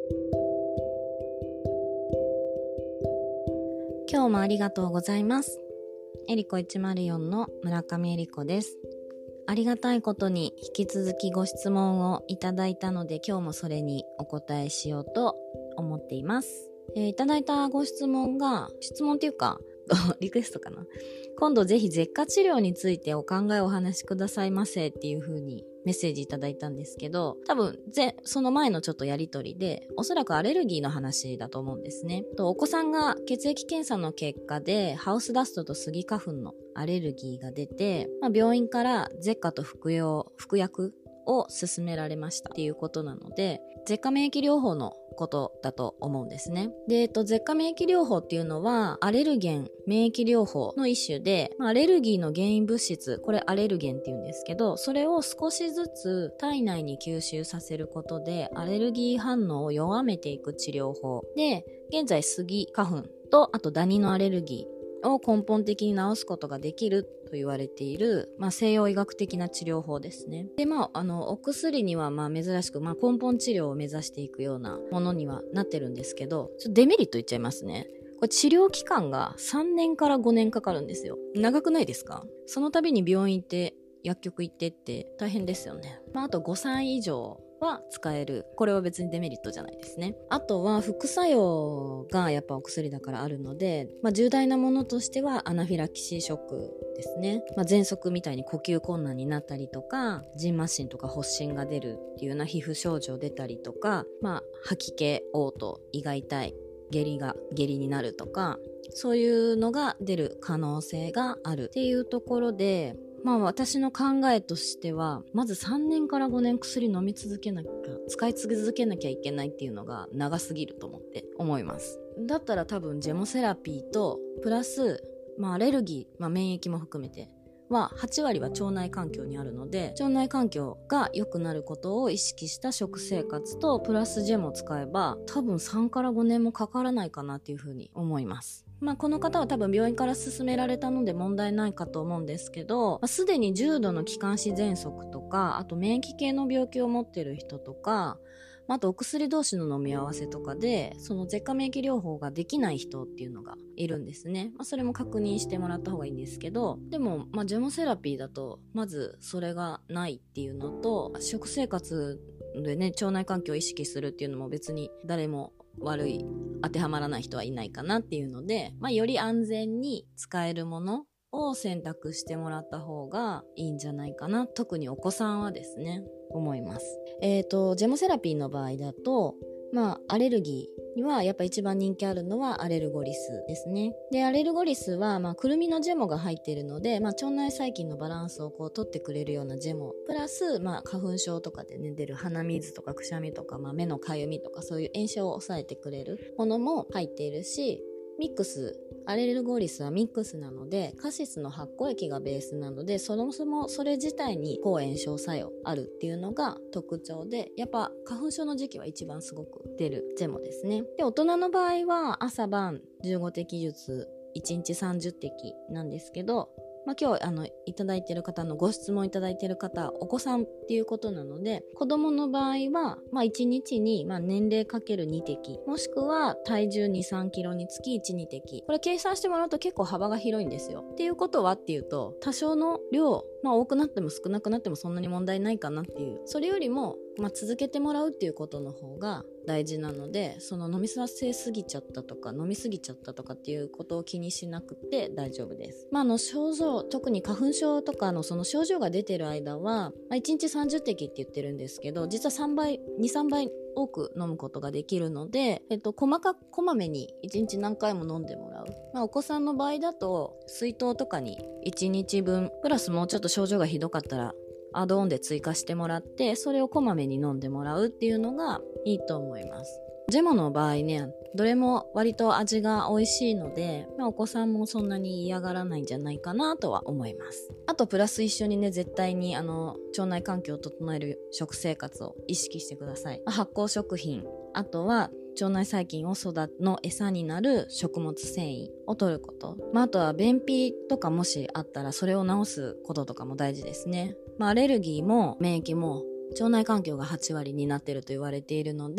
今日もありがとうございます。エリコ104の村上エリコです。ありがたいことに引き続きご質問をいただいたので、今日もそれにお答えしようと思っています。いただいたご質問っていうかリクエストかな。今度ぜひ舌下治療についてお考えをお話しくださいませっていう風にメッセージいただいたんですけど、多分その前のちょっとやりとりで、おそらくアレルギーの話だと思うんですね。お子さんが血液検査の結果でハウスダストとスギ花粉のアレルギーが出て、病院から舌下と服薬を勧められましたっていうことなので、舌下免疫療法のことだと思うんですね。で、舌下免疫療法っていうのはアレルゲン免疫療法の一種で、アレルギーの原因物質、これアレルゲンっていうんですけど、それを少しずつ体内に吸収させることでアレルギー反応を弱めていく治療法で、現在スギ花粉とあとダニのアレルギーを根本的に治すことができると言われている、西洋医学的な治療法ですね。で、お薬には珍しく、根本治療を目指していくようなものにはなってるんですけど、ちょっとデメリット言っちゃいますね。これ治療期間が3年から5年かかるんですよ。長くないですか？その度に病院行って薬局行ってって大変ですよね。あと5歳以上は使える。これは別にデメリットじゃないですね。あとは副作用がやっぱお薬だからあるので、重大なものとしてはアナフィラキシーショックですね。喘息みたいに呼吸困難になったりとか、蕁麻疹とか発疹が出るっていうような皮膚症状出たりとか、吐き気、嘔吐、胃が痛い、下痢になるとか、そういうのが出る可能性があるっていうところで、私の考えとしては、まず3年から5年薬使い続けなきゃいけないっていうのが長すぎると思います。だったら多分ジェモセラピーとプラス、アレルギー、免疫も含めては8割は腸内環境にあるので、腸内環境が良くなることを意識した食生活とプラスジェモを使えば多分3から5年もかからないかなっていうふうに思います。この方は多分病院から勧められたので問題ないかと思うんですけど、すでに重度の気管支喘息とか、あと免疫系の病気を持っている人とか、あとお薬同士の飲み合わせとかでその舌下免疫療法ができない人っていうのがいるんですね。それも確認してもらった方がいいんですけど、でもジェモセラピーだとまずそれがないっていうのと、食生活でね、腸内環境を意識するっていうのも別に誰も当てはまらない人はいないかなっていうので、より安全に使えるものを選択してもらった方がいいんじゃないかな。特にお子さんはですね、思います。ジェモセラピーの場合だと、アレルギーにはやっぱ一番人気あるのはアレルゴリスですね。で、アレルゴリスはくるみのジェモが入っているので、腸内細菌のバランスを取ってくれるようなジェモプラス、花粉症とかでね出る鼻水とかくしゃみとか、目のかゆみとか、そういう炎症を抑えてくれるものも入っているし、アレルゴリスはミックスなので、カシスの発酵液がベースなので、そもそもそれ自体に抗炎症作用あるっていうのが特徴で、やっぱ花粉症の時期は一番すごく出るジェモですね。で、大人の場合は朝晩15滴ずつ1日30滴なんですけど、今日いただいてる方のご質問いただいてる方はお子さんっていうことなので、子供の場合は1日に年齢かける2滴、もしくは体重 2,3 キロにつき 1,2 滴、これ計算してもらうと結構幅が広いんですよ。っていうことはっていうと、多少の量、多くなっても少なくなってもそんなに問題ないかなっていう、それよりも続けてもらうっていうことの方が大事なので、その飲みさせすぎちゃったとか飲みすぎちゃったとかっていうことを気にしなくて大丈夫です。症状、特に花粉症とかのその症状が出てる間は、1日30滴って言ってるんですけど、実は2,3 倍多く飲むことができるので、こまめに1日何回も飲んでもらう。お子さんの場合だと水筒とかに1日分プラスもうちょっと症状がひどかったらアドオンで追加してもらって、それをこまめに飲んでもらうっていうのがいいと思います。ジェモの場合ね、どれも割と味が美味しいので、お子さんもそんなに嫌がらないんじゃないかなとは思います。あとプラス一緒にね、絶対に腸内環境を整える食生活を意識してください。発酵食品、あとは腸内細菌の餌になる食物繊維を摂ること、あとは便秘とかもしあったらそれを治すこととかも大事ですね。アレルギーも免疫も腸内環境が8割になっていると言われているので、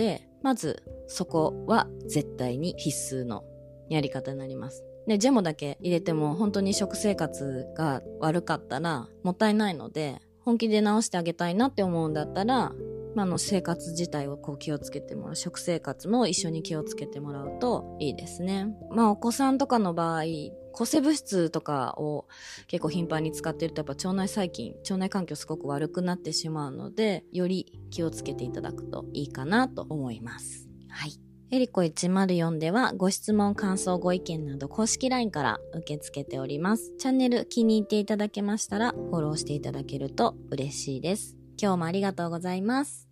まずそこは絶対に必須のやり方になります。で、ジェモだけ入れても本当に食生活が悪かったらもったいないので、本気で直してあげたいなって思うんだったら、生活自体を気をつけてもらう、食生活も一緒に気をつけてもらうといいですね。お子さんとかの場合、抗生物質とかを結構頻繁に使ってると、やっぱ腸内細菌、腸内環境すごく悪くなってしまうので、より気をつけていただくといいかなと思います。はい。エリコ104ではご質問、感想、ご意見など公式 LINE から受け付けております。チャンネル気に入っていただけましたらフォローしていただけると嬉しいです。今日もありがとうございます。